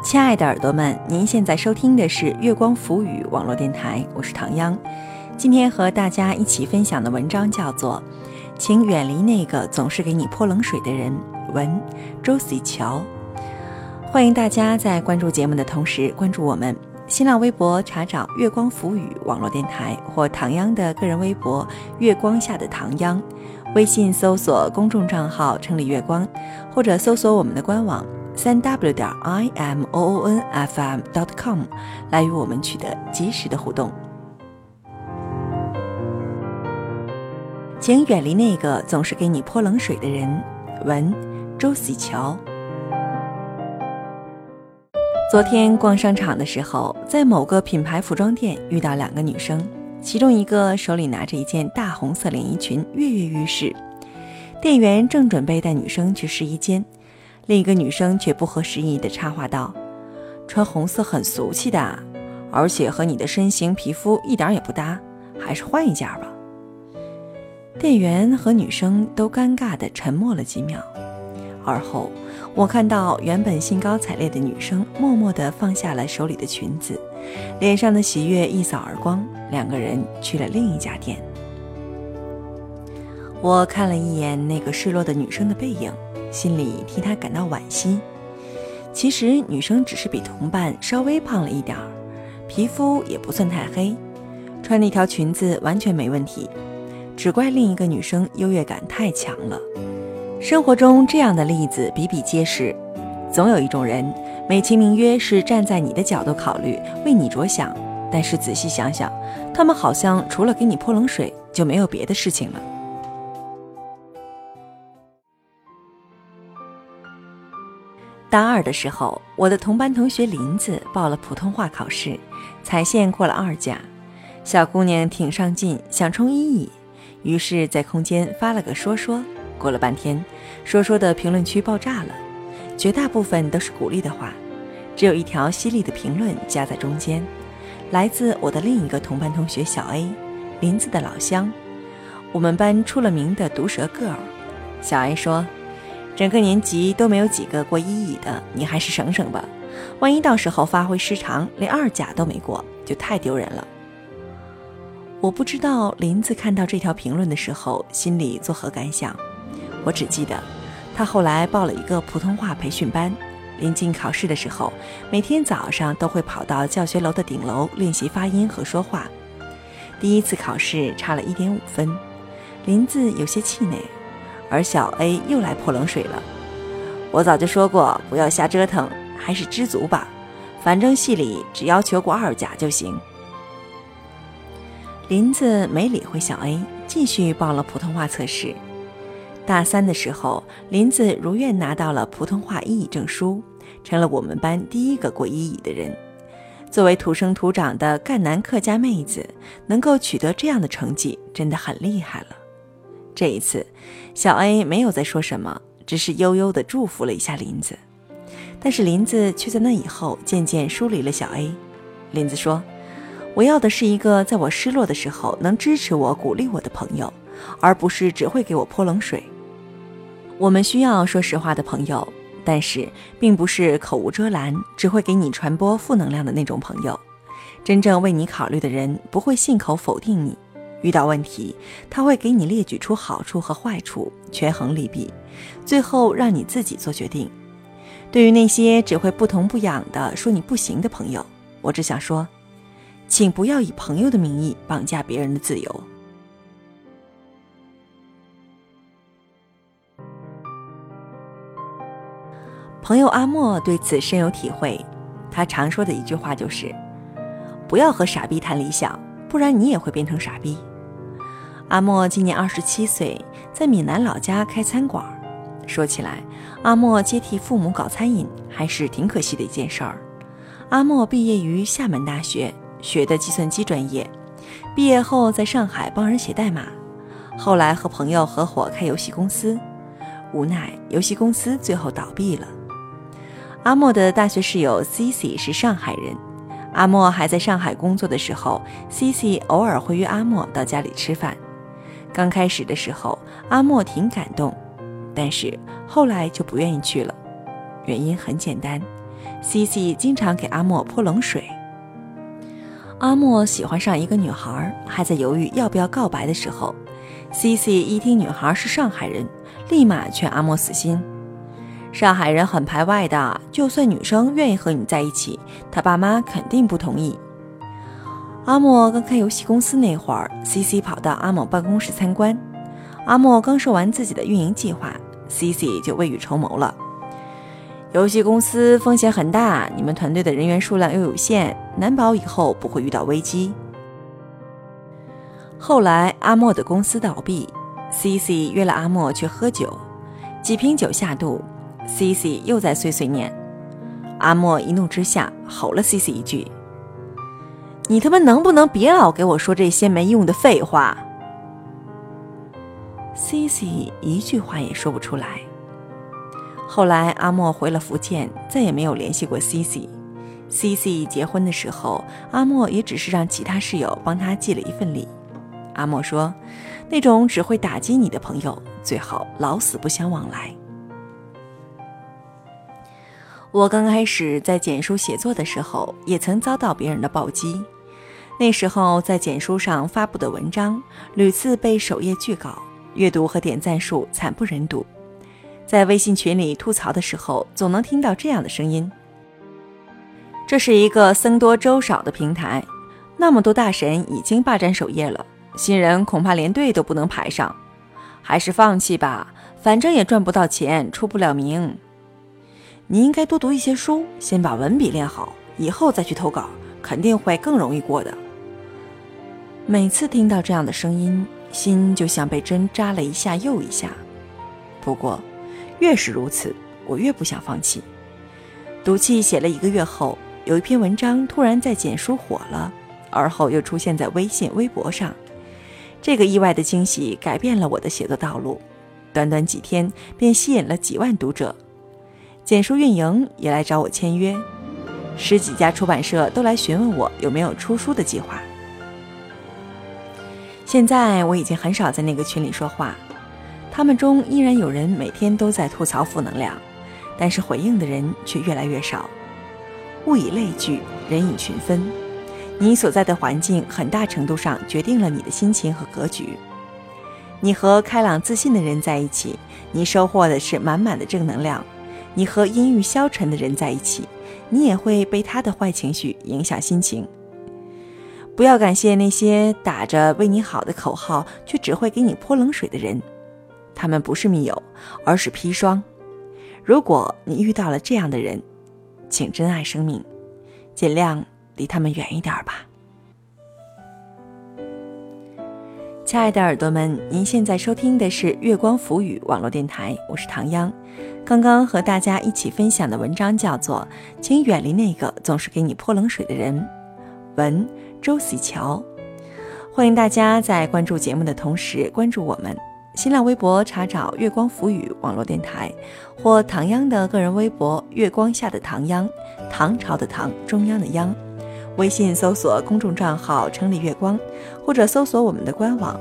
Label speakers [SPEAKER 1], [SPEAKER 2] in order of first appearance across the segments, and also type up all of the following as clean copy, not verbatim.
[SPEAKER 1] 亲爱的耳朵们，您现在收听的是月光浮语网络电台，我是唐央。今天和大家一起分享的文章叫做请远离那个总是给你泼冷水的人，文周喜乔。欢迎大家在关注节目的同时关注我们新浪微博，查找月光浮语网络电台或唐央的个人微博月光下的唐央，微信搜索公众账号城里月光，或者搜索我们的官网3w.imoonfm.com 来与我们取得及时的互动。请远离那个总是给你泼冷水的人，文周喜乔。昨天逛商场的时候，在某个品牌服装店遇到两个女生，其中一个手里拿着一件大红色连衣裙跃跃欲试，店员正准备带女生去试衣间，另一个女生却不合时宜地插话道：穿红色很俗气的，而且和你的身形皮肤一点也不搭，还是换一件吧。店员和女生都尴尬地沉默了几秒，而后我看到原本兴高采烈的女生默默地放下了手里的裙子，脸上的喜悦一扫而光，两个人去了另一家店。我看了一眼那个失落的女生的背影，心里替她感到惋惜。其实女生只是比同伴稍微胖了一点，皮肤也不算太黑，穿那条裙子完全没问题，只怪另一个女生优越感太强了。生活中这样的例子比比皆是，总有一种人美其名曰是站在你的角度考虑，为你着想，但是仔细想想，他们好像除了给你泼冷水就没有别的事情了。大二的时候，我的同班同学林子报了普通话考试，踩线过了2甲。小姑娘挺上进，想冲1乙，于是在空间发了个说说。过了半天，说说的评论区爆炸了，绝大部分都是鼓励的话，只有一条犀利的评论夹在中间，来自我的另一个同班同学小 A， 林子的老乡，我们班出了名的毒舌 girl。 小 A 说，整个年级都没有几个过1乙的，你还是省省吧，万一到时候发挥失常，连2甲都没过，就太丢人了。我不知道林子看到这条评论的时候心里作何感想，我只记得他后来报了一个普通话培训班，临近考试的时候，每天早上都会跑到教学楼的顶楼练习发音和说话。第一次考试差了1.5分，林子有些气馁，而小 A 又来泼冷水了。我早就说过不要瞎折腾，还是知足吧，反正系里只要求过2甲就行。林子没理会小 A， 继续报了普通话测试。大3的时候，林子如愿拿到了普通话1乙证书，成了我们班第一个过1乙的人。作为土生土长的赣南客家妹子，能够取得这样的成绩真的很厉害了。这一次小 A 没有再说什么，只是悠悠地祝福了一下林子，但是林子却在那以后渐渐疏离了小 A。 林子说，我要的是一个在我失落的时候能支持我鼓励我的朋友，而不是只会给我泼冷水。我们需要说实话的朋友，但是并不是口无遮拦只会给你传播负能量的那种朋友。真正为你考虑的人不会信口否定你，遇到问题他会给你列举出好处和坏处，权衡利弊，最后让你自己做决定。对于那些只会不痛不痒的说你不行的朋友，我只想说，请不要以朋友的名义绑架别人的自由。朋友阿莫对此深有体会，他常说的一句话就是，不要和傻逼谈理想，不然你也会变成傻逼。阿莫今年27岁，在闽南老家开餐馆。说起来，阿莫接替父母搞餐饮还是挺可惜的一件事儿。阿莫毕业于厦门大学，学的计算机专业，毕业后在上海帮人写代码，后来和朋友合伙开游戏公司，无奈游戏公司最后倒闭了。阿莫的大学室友 CC 是上海人，阿莫还在上海工作的时候， CC 偶尔会约阿莫到家里吃饭。刚开始的时候，阿莫挺感动，但是后来就不愿意去了。原因很简单， ，Cici 经常给阿莫泼冷水。阿莫喜欢上一个女孩，还在犹豫要不要告白的时候，Cici 一听女孩是上海人，立马劝阿莫死心。上海人很排外的，就算女生愿意和你在一起，他爸妈肯定不同意。阿莫刚开游戏公司那会儿，Cici 跑到阿莫办公室参观。阿莫刚说完自己的运营计划， Cici 就未雨绸缪了。游戏公司风险很大，你们团队的人员数量又有限，难保以后不会遇到危机。后来阿莫的公司倒闭， Cici 约了阿莫去喝酒，几瓶酒下肚， Cici 又在碎碎念。阿莫一怒之下吼了 Cici 一句：你他妈能不能别老给我说这些没用的废话。 Cici 一句话也说不出来。后来阿莫回了福建，再也没有联系过 Cici。Cici 结婚的时候，阿莫也只是让其他室友帮他寄了一份礼。阿莫说，那种只会打击你的朋友，最好老死不相往来。我刚开始在简书写作的时候，也曾遭到别人的暴击。那时候在简书上发布的文章，屡次被首页拒稿，阅读和点赞数惨不忍睹。在微信群里吐槽的时候，总能听到这样的声音：这是一个僧多粥少的平台，那么多大神已经霸占首页了，新人恐怕连队都不能排上，还是放弃吧，反正也赚不到钱，出不了名。你应该多读一些书，先把文笔练好，以后再去投稿，肯定会更容易过的。每次听到这样的声音，心就像被针扎了一下又一下。不过越是如此，我越不想放弃。赌气写了1个月后，有一篇文章突然在简书火了，而后又出现在微信、微博上。这个意外的惊喜改变了我的写作道路，短短几天便吸引了几万读者。简书运营也来找我签约，10几家出版社都来询问我有没有出书的计划。现在我已经很少在那个群里说话，他们中依然有人每天都在吐槽负能量，但是回应的人却越来越少。物以类聚，人以群分，你所在的环境很大程度上决定了你的心情和格局。你和开朗自信的人在一起，你收获的是满满的正能量；你和阴郁消沉的人在一起，你也会被他的坏情绪影响心情。不要感谢那些打着为你好的口号却只会给你泼冷水的人，他们不是密友，而是砒霜。如果你遇到了这样的人，请珍爱生命，尽量离他们远一点吧。亲爱的耳朵们，您现在收听的是月光浮语网络电台，我是唐央。刚刚和大家一起分享的文章叫做《请远离那个总是给你泼冷水的人》，文周喜乔。欢迎大家在关注节目的同时关注我们，新浪微博查找月光浮语网络电台，或唐央的个人微博月光下的唐央，唐朝的唐，中央的央。微信搜索公众账号城里月光，或者搜索我们的官网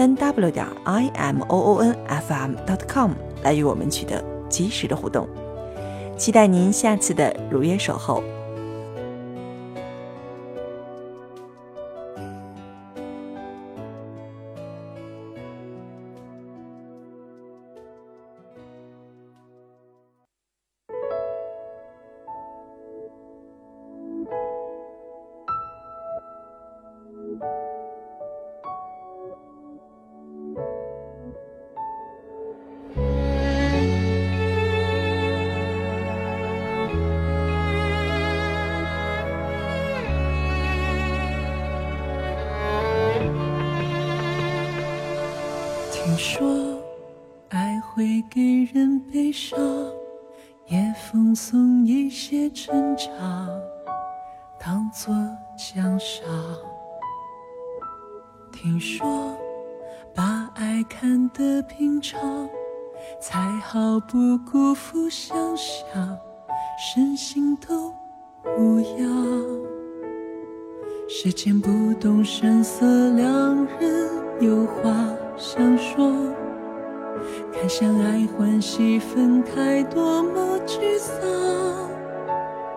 [SPEAKER 1] 3w.imoonfm.com 来与我们取得及时的互动。期待您下次的如约守候。
[SPEAKER 2] 听说爱会给人悲伤，也奉送一些成长，当作奖赏。听说把爱看得平常，才好不辜负想象，身心都无恙。时间不动声色，两人有话想说，看相爱欢喜分开多么沮丧。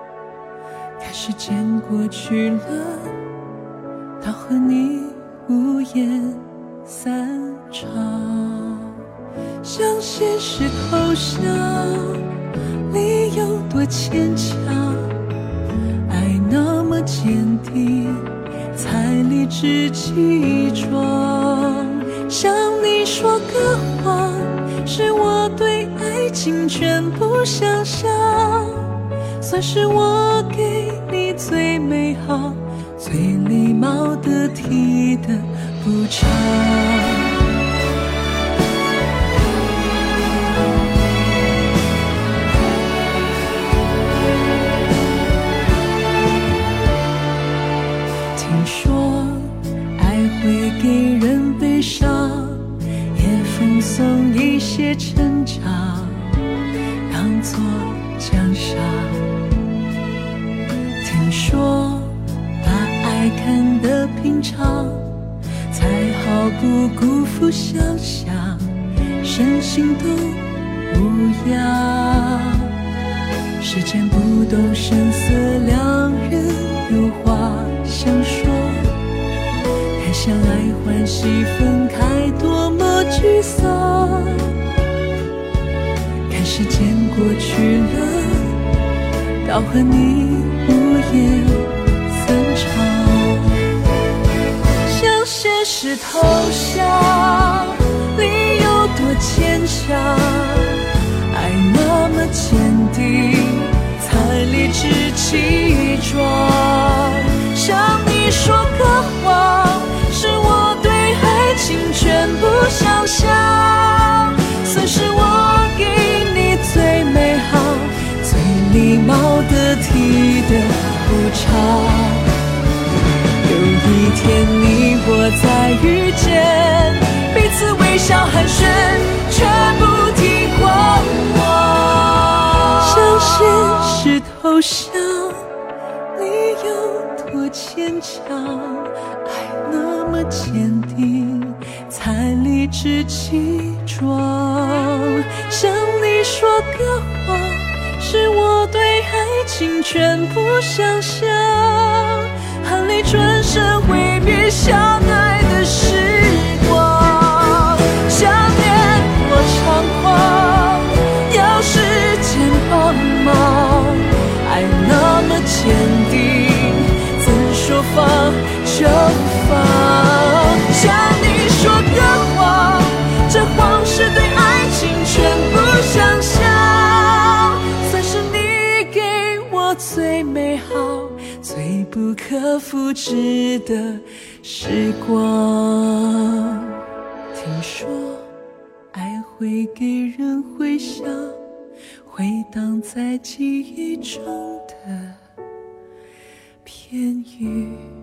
[SPEAKER 2] 看时间过去了，到和你无言散场，像现实投降，理由多牵强，爱那么坚定，才理直气壮。向你说个谎，是我对爱情全部想象，算是我给你最美好、最礼貌得体的补偿。听说爱会给人悲伤，也奉送一些成长，当作奖赏。听说把爱看得平常，才好不辜负想象，身心都无恙。时间不动声色，两人有话想说，看相爱欢喜分开多么沮丧。看时间过去了，到和你无言散场，向现实投降，理由多牵强，爱那么坚定，才理直气壮。向你说个谎，是我对爱情全部想象，算是我给你最美好、最礼貌得体的补偿。有一天你我再遇见，彼此微笑寒暄，全部听光光。向现实投降，理由多牵强，爱那么坚定，才理直气壮。向你说个谎，是我对爱情全部想象，含泪转身挥别相爱的时光。想念我猖狂，要时间帮忙，爱那么坚定，怎说放就放。向你说个谎，这谎是对爱情全部想象，算是你给我最美好、最不可复制的时光。听说爱会给人回响，回荡在记忆中的片语。